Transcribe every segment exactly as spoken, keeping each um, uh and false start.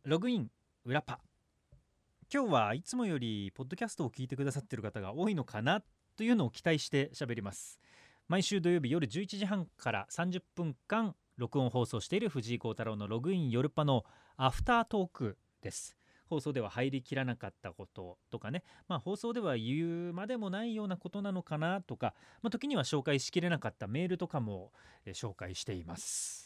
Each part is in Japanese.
ログイン裏パ。今日はいつもよりポッドキャストを聞いてくださっている方が多いのかなというのを期待して喋ります。毎週土曜日夜じゅういちじはんからさんじゅっぷんかん録音放送している藤井幸太郎のログイン夜パのアフタートークです。放送では入りきらなかったこととかね、まあ、放送では言うまでもないようなことなのかなとか、まあ、時には紹介しきれなかったメールとかも、えー紹介しています。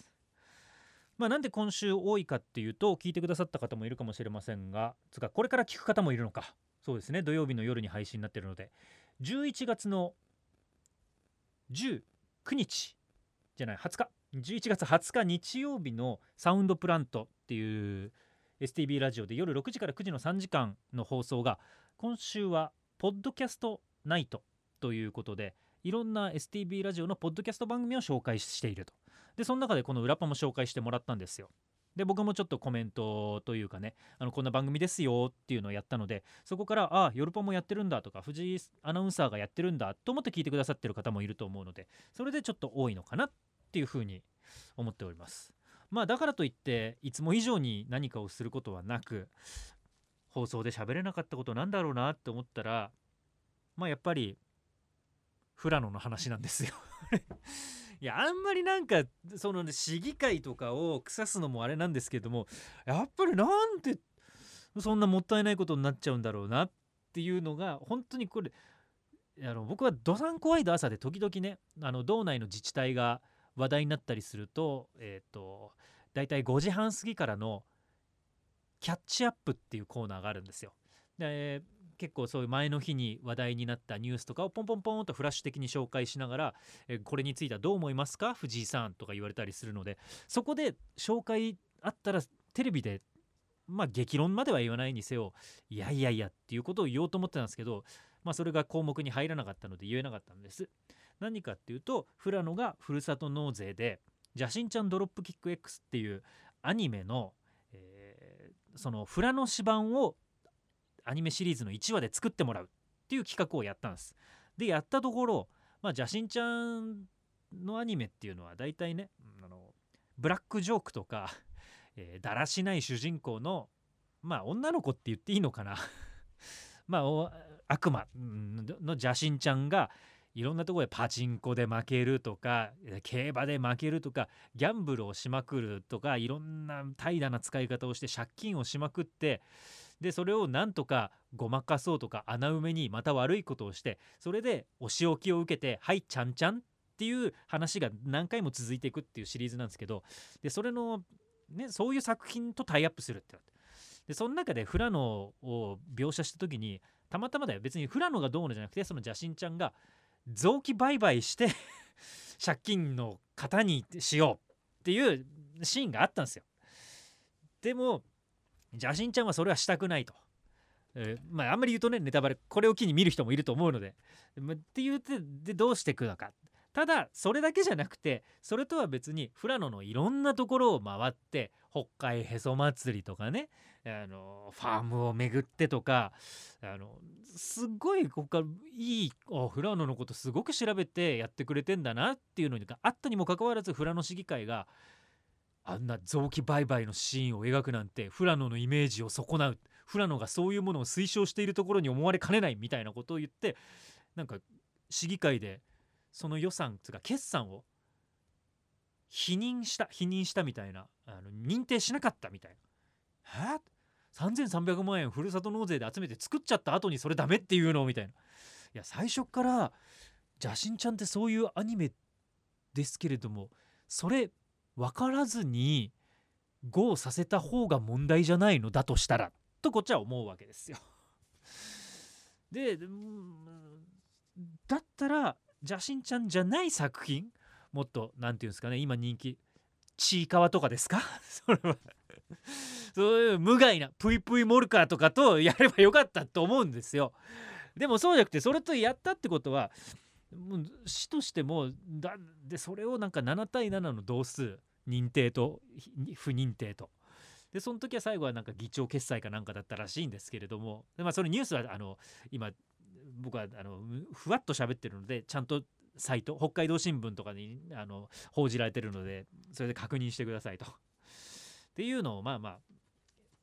まあ、なんで今週多いかっていうと、聞いてくださった方もいるかもしれませんが、つかこれから聞く方もいるのか。そうですね、土曜日の夜に配信になっているので、じゅういちがつのじゅうくにちじゃないはつか、じゅういちがつはつか日曜日のサウンドプラントっていう エスティービー ラジオで夜ろくじからくじのさんじかんの放送が、今週はポッドキャストナイトということで、いろんな エスティービー ラジオのポッドキャスト番組を紹介していると。でその中でこの裏パも紹介してもらったんですよ。で僕もちょっとコメントというかね、あのこんな番組ですよっていうのをやったので、そこからああ夜パもやってるんだとか、藤井アナウンサーがやってるんだと思って聞いてくださってる方もいると思うので、それでちょっと多いのかなっていうふうに思っております。まあだからといっていつも以上に何かをすることはなく、放送で喋れなかったことなんだろうなって思ったら、まあやっぱり富良野の話なんですよいやあんまりなんかその、ね、市議会とかを腐すのもあれなんですけども、やっぱりなんてそんなもったいないことになっちゃうんだろうなっていうのが本当にこれ、あの僕はどさんこワイド朝で時々ね、あの道内の自治体が話題になったりすると、えっ、とだいたいごじはん過ぎからのキャッチアップっていうコーナーがあるんですよ。で結構そういう前の日に話題になったニュースとかをポンポンポンとフラッシュ的に紹介しながら、えこれについてはどう思いますか藤井さんとか言われたりするので、そこで紹介あったらテレビでまあ激論までは言わないにせよ、いやいやいやっていうことを言おうと思ってたんですけど、まあそれが項目に入らなかったので言えなかったんです。何かっていうと、富良野がふるさと納税で邪神ちゃんドロップキック X っていうアニメの、えーその富良野市版をアニメシリーズのいちわで作ってもらうっていう企画をやったんです。でやったところ、まあ邪神ちゃんのアニメっていうのは大体ね、あのブラックジョークとか、えーだらしない主人公のまあ女の子って言っていいのかなまあ悪魔の邪神ちゃんがいろんなところでパチンコで負けるとか競馬で負けるとかギャンブルをしまくるとか、いろんな怠惰な使い方をして借金をしまくって、でそれをなんとかごまかそうとか穴埋めにまた悪いことをして、それでお仕置きを受けてはいちゃんちゃんっていう話が何回も続いていくっていうシリーズなんですけど、でそれのねそういう作品とタイアップするってなって、でその中で富良野を描写した時に、たまたまだよ、別に富良野がどうのじゃなくて、その邪神ちゃんが臓器売買して借金の型にしようっていうシーンがあったんですよ。でも邪神ちゃんはそれはしたくないと、えーまああんまり言うとねネタバレ、これを機に見る人もいると思うので、まって言ってでどうしていくのか。ただそれだけじゃなくて、それとは別に富良野のいろんなところを回って、北海へそ祭りとかね、あのファームを巡ってとか、あのすっごいここからいい、あ富良野のことすごく調べてやってくれてんだなっていうのがあったにもかかわらず、富良野市議会があんな臓器売買のシーンを描くなんて富良野のイメージを損なう、富良野がそういうものを推奨しているところに思われかねないみたいなことを言って、なんか市議会でその予算つうか決算を否認した否認したみたいな、あの認定しなかったみたいな。はさんぜんさんびゃくまんえんふるさと納税で集めて作っちゃった後にそれダメっていうのみたいな。いや最初から邪神ちゃんってそういうアニメですけれども、それ分からずに ゴー させた方が問題じゃないのだとしたらとこっちは思うわけですよ。でだったら邪神ちゃんじゃない作品、もっとなんていうんですかね、今人気ちいかわとかですかそれはそういう無害なプイプイモルカーとかとやればよかったと思うんですよ。でもそうじゃなくて、それとやったってことはもう市としてもだで、それをなんかななたいななの同数認定と不認定と、でその時は最後はなんか議長決裁かなんかだったらしいんですけれども、で、まあ、そのニュースはあの今僕はあのふわっと喋ってるので、ちゃんとサイト北海道新聞とかにあの報じられてるので、それで確認してくださいとっていうのをまあまあ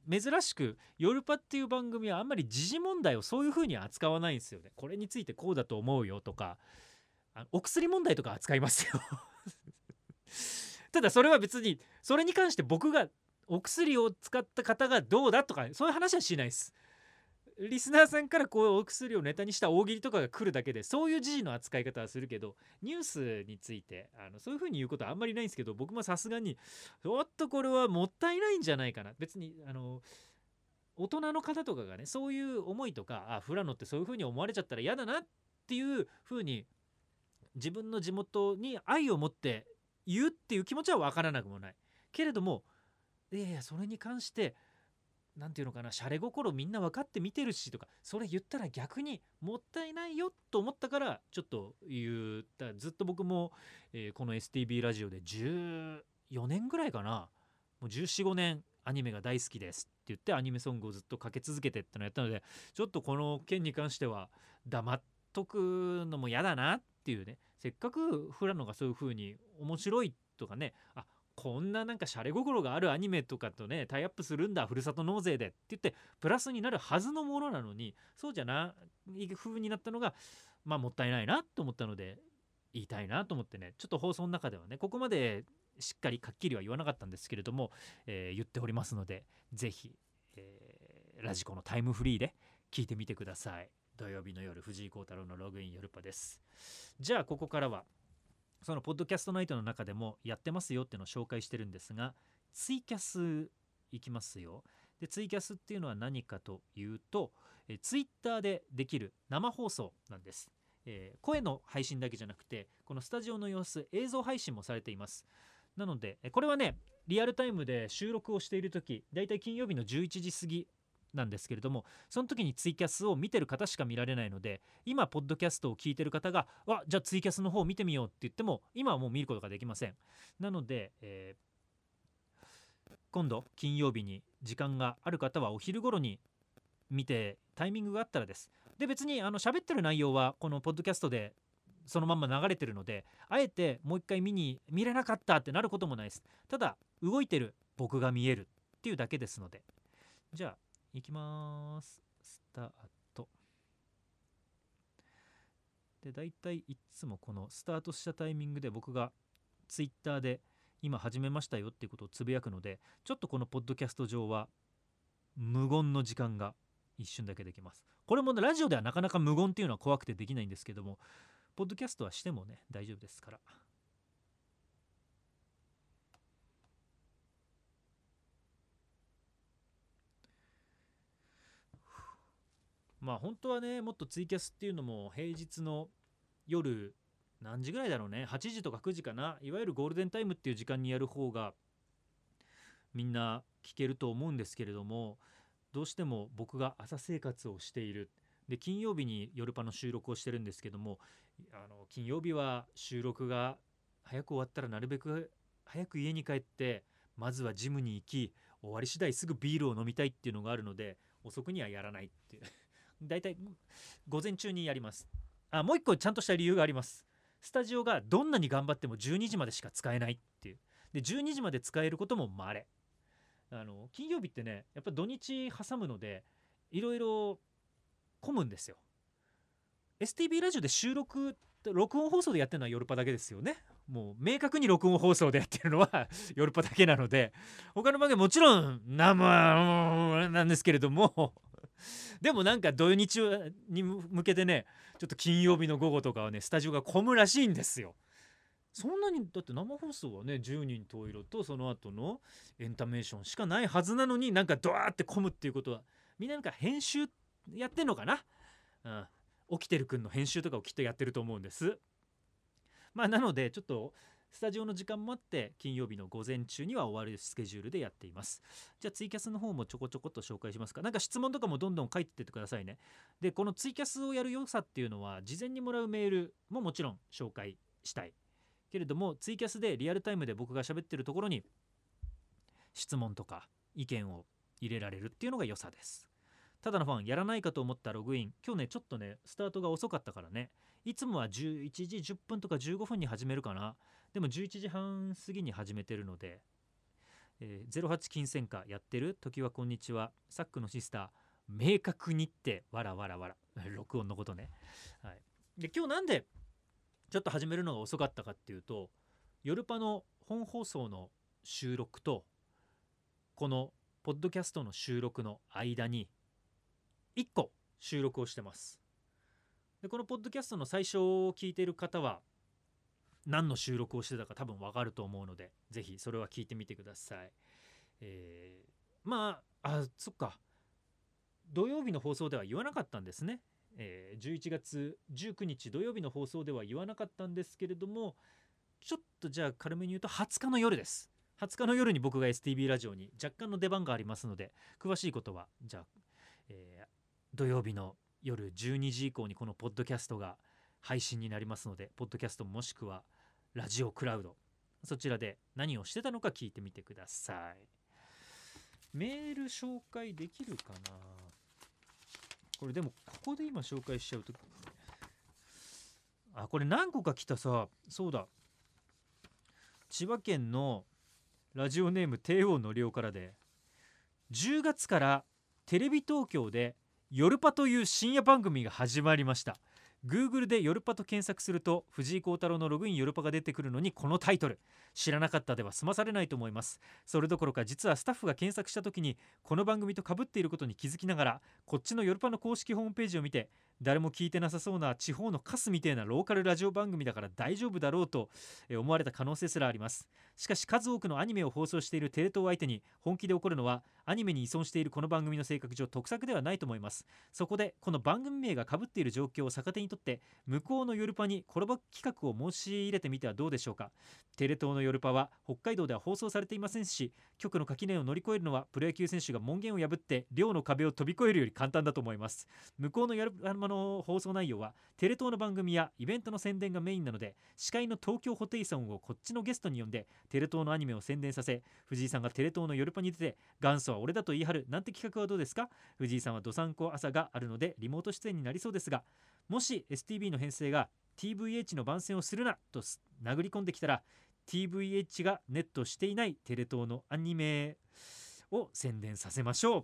珍しく夜パっていう番組はあんまり時事問題をそういう風に扱わないんですよね。これについてこうだと思うよとか、あのお薬問題とか扱いますよただそれは別にそれに関して僕がお薬を使った方がどうだとかそういう話はしないです。リスナーさんからこうお薬をネタにした大喜利とかが来るだけでそういう時事の扱い方はするけど、ニュースについてあのそういう風に言うことはあんまりないんですけど、僕もさすがにちょっとこれはもったいないんじゃないかな。別にあの大人の方とかがねそういう思いとか、あ富良野ってそういう風に思われちゃったら嫌だなっていう風に自分の地元に愛を持って言うっていう気持ちは分からなくもないけれども、いやいやそれに関してなんていうのかな、シャレ心みんな分かって見てるしとか、それ言ったら逆にもったいないよと思ったからちょっと言った。ずっと僕も、えーこの エスティービー ラジオでじゅうよねんぐらいかな、もうじゅうよん、ごねんアニメが大好きですって言ってアニメソングをずっとかけ続けてってのやったので、ちょっとこの件に関しては黙っとくのも嫌だなっていうね。せっかく富良野がそういう風に面白いとかね、あこんななんかシャレ心があるアニメとかとねタイアップするんだふるさと納税でって言ってプラスになるはずのものなのに、そうじゃない風になったのがまあもったいないなと思ったので言いたいなと思ってね、ちょっと放送の中ではねここまでしっかりかっきりは言わなかったんですけれども、えー言っておりますので、ぜひ、えーラジコのタイムフリーで聞いてみてください。土曜日の夜、藤井幸太郎のログイン夜パです。じゃあここからはそのポッドキャストナイトの中でもやってますよっていうのを紹介してるんですが、ツイキャスいきますよ。でツイキャスっていうのは何かというと、えツイッターでできる生放送なんです。えー声の配信だけじゃなくてこのスタジオの様子映像配信もされています。なのでえこれはねリアルタイムで収録をしている時、だいたい金曜日のじゅういちじ過ぎなんですけれども、その時にツイキャスを見てる方しか見られないので、今ポッドキャストを聞いてる方がわじゃあツイキャスの方を見てみようって言っても今はもう見ることができません。なので、えー今度金曜日に時間がある方はお昼頃に見てタイミングがあったらです。で別にあの喋ってる内容はこのポッドキャストでそのまんま流れてるので、あえてもう一回見に見れなかったってなることもないです。ただ動いてる僕が見えるっていうだけですので、じゃあいきます。スタートで、だいたいいつもこのスタートしたタイミングで僕がツイッターで今始めましたよっていうことをつぶやくので、ちょっとこのポッドキャスト上は無言の時間が一瞬だけできます。これもねラジオではなかなか無言っていうのは怖くてできないんですけども、ポッドキャストはしてもね大丈夫ですから。まあ本当はねもっとツイキャスっていうのも平日の夜何時ぐらいだろうね、はちじとかくじかな、いわゆるゴールデンタイムっていう時間にやる方がみんな聞けると思うんですけれども、どうしても僕が朝生活をしているで金曜日に夜パの収録をしてるんですけども、あの金曜日は収録が早く終わったらなるべく早く家に帰ってまずはジムに行き、終わり次第すぐビールを飲みたいっていうのがあるので遅くにはやらないっていうだいたい午前中にやります。あもう一個ちゃんとした理由があります。スタジオがどんなに頑張ってもじゅうにじまでしか使えないっていう。でじゅうにじまで使えることもまれ。あの金曜日ってねやっぱ土日挟むのでいろいろ混むんですよ。 エスティービー ラジオで収録録音放送でやってるのはヨルパだけですよね。もう明確に録音放送でやってるのはヨルパだけなので、他の番組もちろん生なんですけれどもでもなんか土日に向けてねちょっと金曜日の午後とかはねスタジオが混むらしいんですよ。そんなにだって生放送はねじゅうにん十色とその後のエンタメーションしかないはずなのに、なんかドワーって混むっていうことはみんななんか編集やってんのかな、うん、起きてるくんの編集とかをきっとやってると思うんです。まあなのでちょっとスタジオの時間もあって金曜日の午前中には終わるスケジュールでやっています。じゃあツイキャスの方もちょこちょこっと紹介しますか。なんか質問とかもどんどん書いてってくださいね。でこのツイキャスをやる良さっていうのは事前にもらうメールももちろん紹介したいけれども、ツイキャスでリアルタイムで僕が喋ってるところに質問とか意見を入れられるっていうのが良さです。ただのファンやらないかと思ったログイン、今日ねちょっとねスタートが遅かったからね、いつもはじゅういちじじゅっぷんとかじゅうごふんに始めるかな。でもじゅういちじはん過ぎに始めてるのでえー、ゼロはち金銭価やってる時はこんにちはサックのシスター明確にってわらわらわら録音のことね、はい、で今日なんでちょっと始めるのが遅かったかっていうと、夜パの本放送の収録とこのポッドキャストの収録の間にいっこ収録をしてます。でこのポッドキャストの最初を聞いている方は何の収録をしてたか多分わかると思うので、ぜひそれは聞いてみてください。えー、まああそっか土曜日の放送では言わなかったんですね。えー、じゅういちがつじゅうくにち土曜日の放送では言わなかったんですけれども、ちょっとじゃあ軽めに言うとはつかの夜です。はつかの夜に僕が エスティービー ラジオに若干の出番がありますので、詳しいことはじゃあ、えー、土曜日の夜じゅうにじ以降にこのポッドキャストが配信になりますので、ポッドキャストもしくはラジオクラウド、そちらで何をしてたのか聞いてみてください。メール紹介できるかな。これでもここで今紹介しちゃうと、あこれ何個か来たさ。そうだ、千葉県のラジオネーム帝王のりおからで、じゅうがつからテレビ東京で夜パという深夜番組が始まりました。 Google で夜パと検索すると藤井幸太郎のログイン夜パが出てくるのにこのタイトル、知らなかったでは済まされないと思います。それどころか実はスタッフが検索した時にこの番組と被っていることに気づきながら、こっちの夜パの公式ホームページを見て、誰も聞いてなさそうな地方のカスみたいなローカルラジオ番組だから大丈夫だろうと思われた可能性すらあります。しかし数多くのアニメを放送しているテレ東相手に本気で怒るのは、アニメに依存しているこの番組の性格上得策ではないと思います。そこでこの番組名が被っている状況を逆手にとって、向こうの夜パにコラボ企画を申し入れてみてはどうでしょうか。テレ東の夜パは北海道では放送されていませんし、局の垣根を乗り越えるのはプロ野球選手が門限を破って寮の壁を飛び越えるより簡単だと思います。向こうの夜パの放送内容はテレ東の番組やイベントの宣伝がメインなので、司会の東京ホテイソンをこっちのゲストに呼んでテレ東のアニメを宣伝させ、藤井さんがテレ東の夜パに出て元祖は俺だと言い張るなんて企画はどうですか。藤井さんはどさんこ朝があるのでリモート出演になりそうですが、もし エスティービー の編成が ティーブイエイチ の番宣をするなと殴り込んできたら、 ティーブイエイチ がネットしていないテレ東のアニメを宣伝させましょう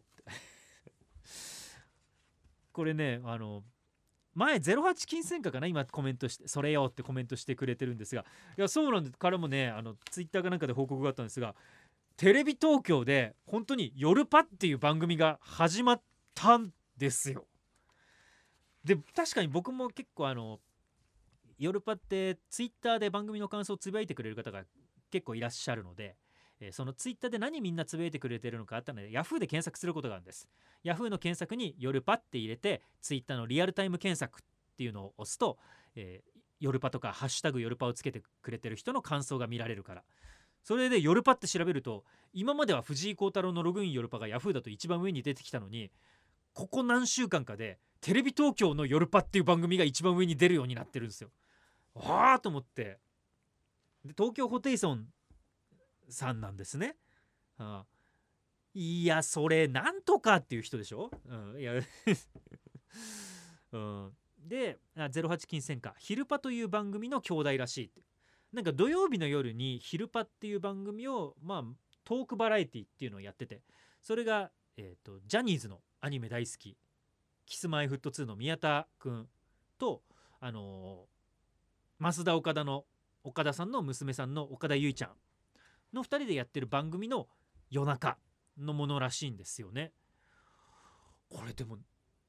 これね、あの前ゼロはち金銭価かな、今コメントしてそれよってコメントしてくれてるんですが、いやそうなんでからもね、あのツイッターかなんかで報告があったんですが、テレビ東京で本当に夜パっていう番組が始まったんですよ。で確かに僕も結構あの夜パってツイッターで番組の感想をつぶやいてくれる方が結構いらっしゃるので、えーそのツイッターで何みんなつぶやいてくれてるのかあったので、ヤフーで検索することがあるんです。ヤフーの検索に夜パって入れて、ツイッターのリアルタイム検索っていうのを押すと、えー夜パとかハッシュタグ夜パをつけてくれてる人の感想が見られるから、それで夜パって調べると、今までは藤井幸太郎のログイン夜パがヤフーだと一番上に出てきたのに、ここ何週間かでテレビ東京の夜パっていう番組が一番上に出るようになってるんですよ。わあと思って、で東京ホテイソンさんなんですね。はあ、いやそれなんとかっていう人でしょ、うん、いや、うん、でゼロはち金銭価昼パという番組の兄弟らしいって、なんか土曜日の夜に昼パっていう番組をまあトークバラエティっていうのをやってて、それが、えーと、ジャニーズのアニメ大好きキスマイフットツーの宮田くんと、あのー、増田岡田の岡田さんの娘さんの岡田結実ちゃんのふたりでやってる番組の夜中のものらしいんですよね。これでも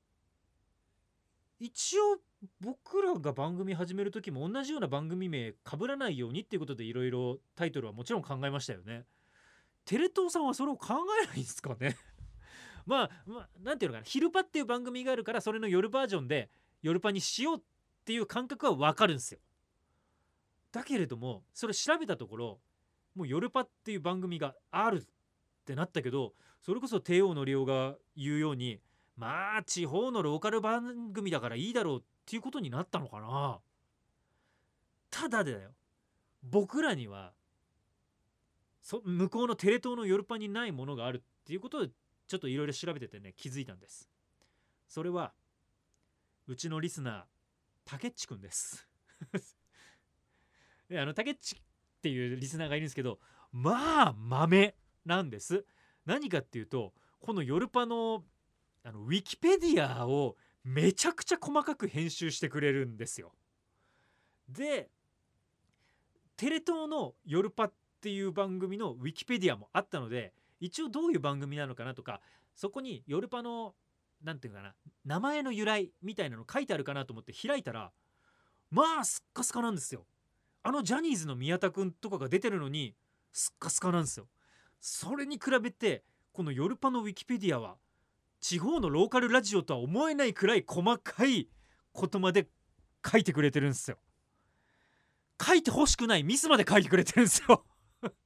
一応僕らが番組始める時も同じような番組名被らないようにっていうことでいろいろタイトルはもちろん考えましたよね。テレ東さんはそれを考えないんですかねまあ、まあ、なんていうのかな、昼パっていう番組があるからそれの夜バージョンで夜パにしようっていう感覚はわかるんですよ。だけれどもそれ調べたところ、もう夜パっていう番組があるってなったけど、それこそ帝王のりおが言うように、まあ地方のローカル番組だからいいだろうっていうことになったのかな。ただでだよ、僕らにはそ向こうのテレ東の夜パにないものがあるっていうことでちょっといろいろ調べててね気づいたんです。それはうちのリスナーたけっちくんですであのたけっちっていうリスナーがいるんですけど、まあ豆なんです。何かっていうと、このヨルパのあのウィキペディアをめちゃくちゃ細かく編集してくれるんですよ。でテレ東のヨルパっていう番組のウィキペディアもあったので、一応どういう番組なのかなとか、そこにヨルパのなんていうかな、名前の由来みたいなの書いてあるかなと思って開いたら、まあスッカスカなんですよ。あのジャニーズの宮田くんとかが出てるのにスッカスカなんですよ。それに比べてこのヨルパのウィキペディアは地方のローカルラジオとは思えないくらい細かいことまで書いてくれてるんですよ。書いてほしくないミスまで書いてくれてるんですよ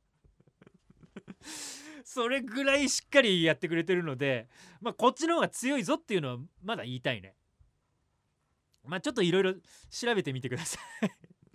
それぐらいしっかりやってくれてるので、まあこっちの方が強いぞっていうのはまだ言いたいね。まあちょっといろいろ調べてみてください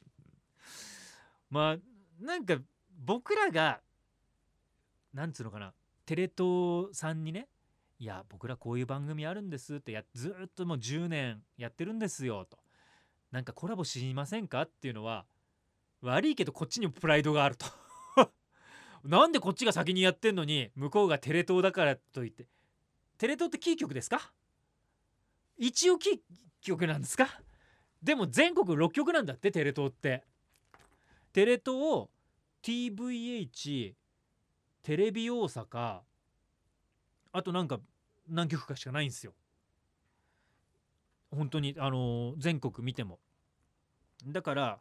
まあなんか僕らがなんつうのかな、テレ東さんにね、いや僕らこういう番組あるんですってやずっともうじゅうねんやってるんですよと、なんかコラボしませんかっていうのは、悪いけどこっちにもプライドがあるとなんでこっちが先にやってんのに向こうがテレ東だからといって、テレ東ってキー局ですか？一応キー局なんですか？でも全国ろっきょくなんだって、テレ東って。テレ東、ティーブイエイチ、テレビ大阪、あとなんか何局かしかないんですよ。本当にあのー全国見ても。だから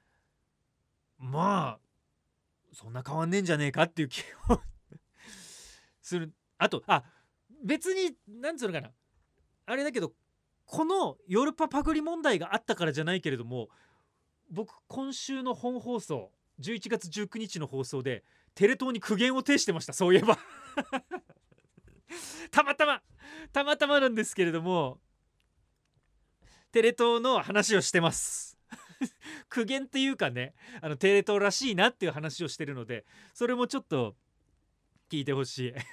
まあそんな変わんねえんじゃねえかっていう気をする。あとあ別になんつうのかな、あれだけど、このヨルパパクリ問題があったからじゃないけれども、僕今週の本放送じゅういちがつじゅうくにちの放送でテレ東に苦言を呈してました。そういえばたまたまたまたまなんですけれども、テレ東の話をしてます苦言っていうかね、あのテレ東らしいなっていう話をしてるので、それもちょっと聞いてほしい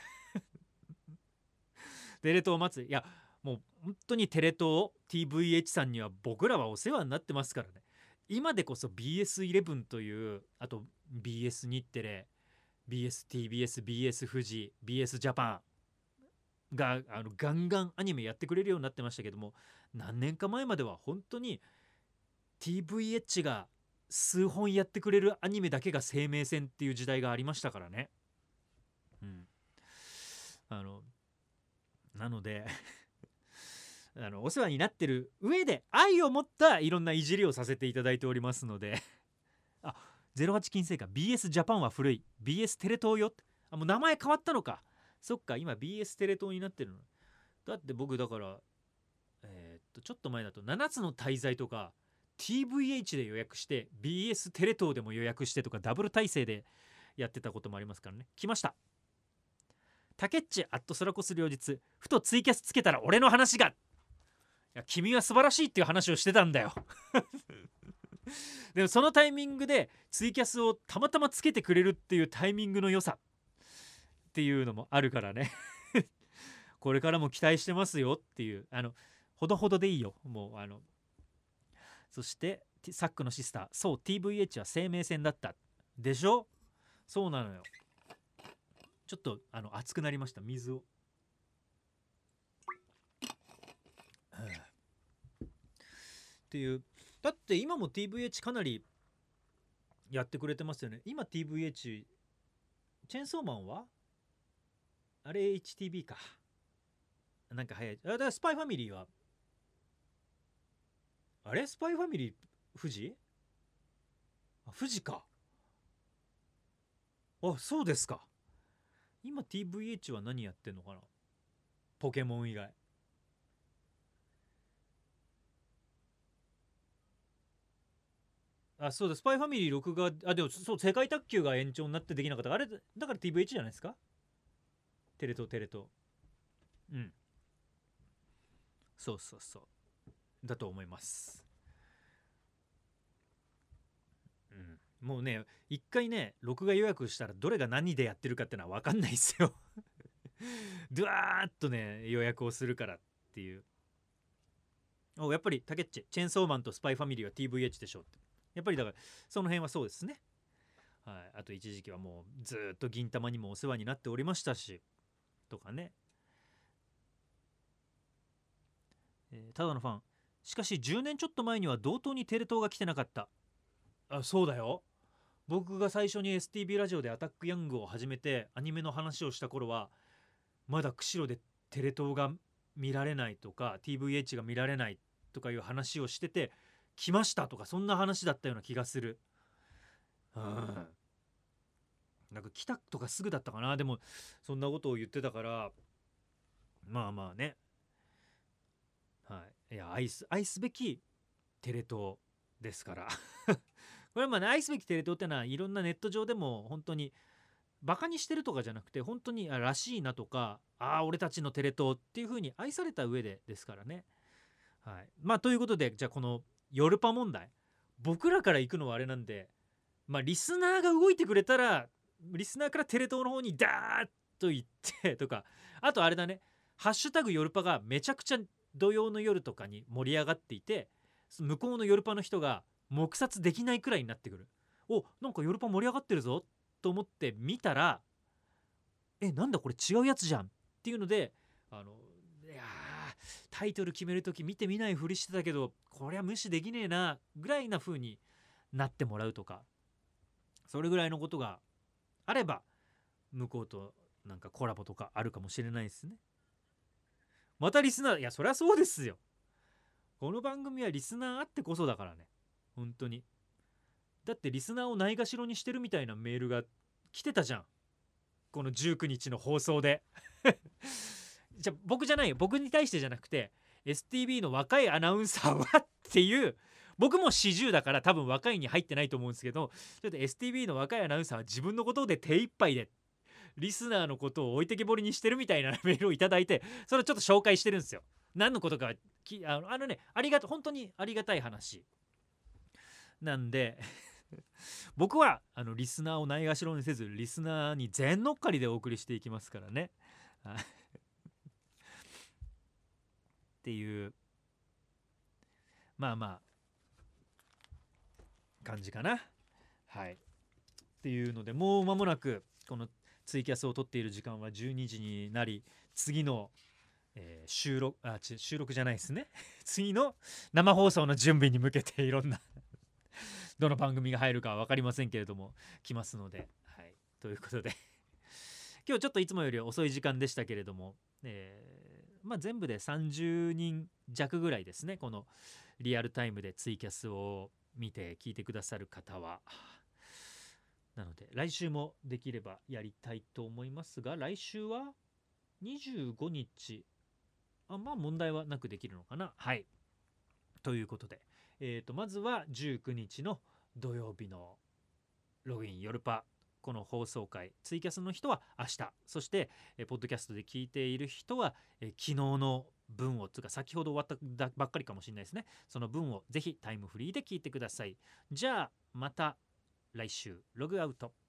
テレ東祭り、いやもう本当にテレ東 ティーブイエイチ さんには僕らはお世話になってますからね。今でこそ ビーエスイレブン という、あと ビーエス 日テレ、 ビーエスティービーエス、ビーエス 富士、 ビーエス ジャパンがあのガンガンアニメやってくれるようになってましたけども、何年か前までは本当に ティーブイエイチ が数本やってくれるアニメだけが生命線っていう時代がありましたからね。うんあのなのであのお世話になってる上で愛を持ったいろんないじりをさせていただいておりますのであ、ゼロはち金星か ビーエス ジャパンは古い ビーエス テレ東よ。あ、もう名前変わったのか。そっか、今 ビーエス テレ東になってるの。だって僕だからえーっとちょっと前だとななつの大罪とか ティーブイエイチ で予約して ビーエス テレ東でも予約してとかダブル体制でやってたこともありますからね。来ました。タケッチアットソラコス両日、ふとツイキャスつけたら俺の話が、いや君は素晴らしいっていう話をしてたんだよでもそのタイミングでツイキャスをたまたまつけてくれるっていうタイミングの良さっていうのもあるからねこれからも期待してますよっていう、あのほどほどでいいよもう。あのそしてサックのシスター、そう ティーブイエイチ は生命線だったでしょ。そうなのよ。ちょっとあの熱くなりました。水をっていう。だって今も ティーブイエイチ かなりやってくれてますよね。今 ティーブイエイチ チェーンソーマンはあれ エイチティービー かなんか早い。あだからスパイファミリーはあれスパイファミリー富士、あ富士か。あそうですか。今 ティーブイエイチ は何やってんのかな、ポケモン以外。あそうだ、スパイファミリー録画、あでもそう世界卓球が延長になってできなかったあれだから ティーブイエイチ じゃないですか。テレ東テレ東、うんそうそうそうだと思います。うんもうね一回ね録画予約したらどれが何でやってるかってのは分かんないですよドワーッとね予約をするからっていう。おやっぱりタケッチチェーンソーマンとスパイファミリーは ティーブイエイチ でしょって、やっぱりだからその辺はそうですね。 はい、あと一時期はもうずーっと銀玉にもお世話になっておりましたしとかね、えーただのファン。しかしじゅうねんちょっと前には同等にテレ東が来てなかった。あ、そうだよ。僕が最初に エスティービー ラジオでアタックヤングを始めてアニメの話をした頃はまだ釧路でテレ東が見られないとか ティーブイエイチ が見られないとかいう話をしてて、来ましたとかそんな話だったような気がする。うん、なんか来たとかすぐだったかな。でもそんなことを言ってたから、まあまあね、はい、いや愛す愛すべきテレ東ですからこれはまあね、愛すべきテレ東ってのはいろんなネット上でも本当にバカにしてるとかじゃなくて、本当にあらしいなとか、ああ俺たちのテレ東っていう風に愛された上でですからね。はい、まあということで、じゃあこのヨルパ問題、僕らから行くのはあれなんで、まあリスナーが動いてくれたらリスナーからテレ東の方にダーッと行ってとか、あとあれだね、ハッシュタグヨルパがめちゃくちゃ土曜の夜とかに盛り上がっていて、向こうのヨルパの人が黙殺できないくらいになってくる。お、なんかヨルパ盛り上がってるぞと思って見たら、え、なんだこれ違うやつじゃんっていうので、あのいやタイトル決める時見てみないふりしてたけどこりゃ無視できねえなぐらいな風になってもらうとか、それぐらいのことがあれば向こうとなんかコラボとかあるかもしれないですね。またリスナー、いやそりゃそうですよ。この番組はリスナーあってこそだからね、本当に。だってリスナーをないがしろにしてるみたいなメールが来てたじゃん、このじゅうくにちの放送でじゃ僕じゃないよ、僕に対してじゃなくて エスティービー の若いアナウンサーはっていう、僕もよんじゅうだから多分若いに入ってないと思うんですけど、ちょっと エスティービー の若いアナウンサーは自分のことで手一杯でリスナーのことを置いてけぼりにしてるみたいなメールをいただいて、それをちょっと紹介してるんですよ。何のことかきあのあのね、ありがと本当にありがたい話なんで僕はあのリスナーをないがしろにせずリスナーに全乗っかりでお送りしていきますからねっていうまあまあ感じかな。はい、っていうので、もう間もなくこのツイキャスを撮っている時間はじゅうにじになり、次の、えー収録あち収録じゃないですね次の生放送の準備に向けていろんなどの番組が入るかは分かりませんけれども来ますので、はい、ということで今日ちょっといつもより遅い時間でしたけれども、えーまあ、全部でさんじゅうにん弱ぐらいですね、このリアルタイムでツイキャスを見て聞いてくださる方は。なので来週もできればやりたいと思いますが、来週はにじゅうごにち、あまあ問題はなくできるのかな。はい、ということで、えー、とまずはじゅうくにちの土曜日のログインヨルパ、この放送回ツイキャスの人は明日、そして、えーポッドキャストで聞いている人は、えー昨日の分をつうか先ほど終わったばっかりかもしれないですね、その分をぜひタイムフリーで聞いてください。じゃあまた来週。ログアウト。